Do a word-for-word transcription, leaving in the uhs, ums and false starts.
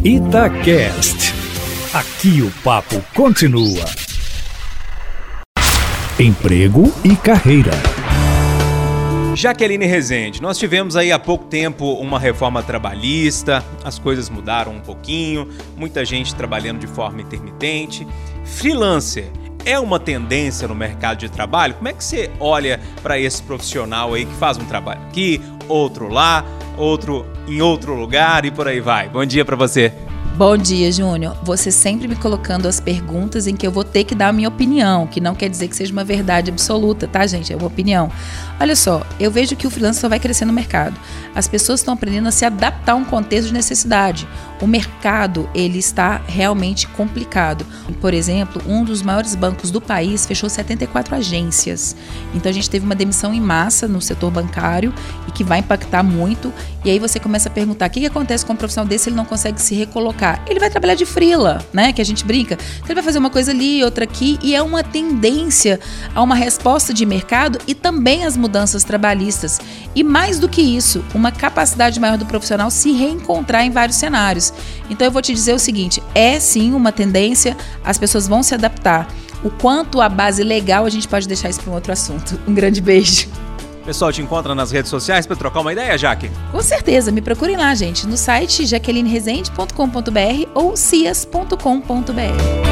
Itacast. Aqui o papo continua. Emprego e carreira. Jaqueline Rezende, nós tivemos aí há pouco tempo uma reforma trabalhista, as coisas mudaram um pouquinho, muita gente trabalhando de forma intermitente. Freelancer é uma tendência no mercado de trabalho? Como é que você olha para esse profissional aí que faz um trabalho aqui, outro lá, outro em outro lugar e por aí vai? Bom dia para você. Bom dia, Júnior. Você sempre me colocando as perguntas em que eu vou ter que dar a minha opinião, que não quer dizer que seja uma verdade absoluta, tá, gente? É uma opinião. Olha só, eu vejo que o freelancer só vai crescer no mercado. As pessoas estão aprendendo a se adaptar a um contexto de necessidade. O mercado, ele está realmente complicado. Por exemplo, um dos maiores bancos do país fechou setenta e quatro agências. Então a gente teve uma demissão em massa no setor bancário e que vai impactar muito. E aí você começa a perguntar, o que, que acontece com um profissional desse se ele não consegue se recolocar? Ele vai trabalhar de freela, né? Que a gente brinca. Ele vai fazer uma coisa ali, outra aqui, e é uma tendência a uma resposta de mercado e também as mudanças trabalhistas. E mais do que isso, uma capacidade maior do profissional se reencontrar em vários cenários. Então eu vou te dizer o seguinte, é sim uma tendência, as pessoas vão se adaptar. O quanto a base legal, a gente pode deixar isso para um outro assunto. Um grande beijo. O pessoal te encontra nas redes sociais para trocar uma ideia, Jaque? Com certeza, me procurem lá, gente, no site jaqueline rezende ponto com ponto b r ou cias ponto com ponto b r.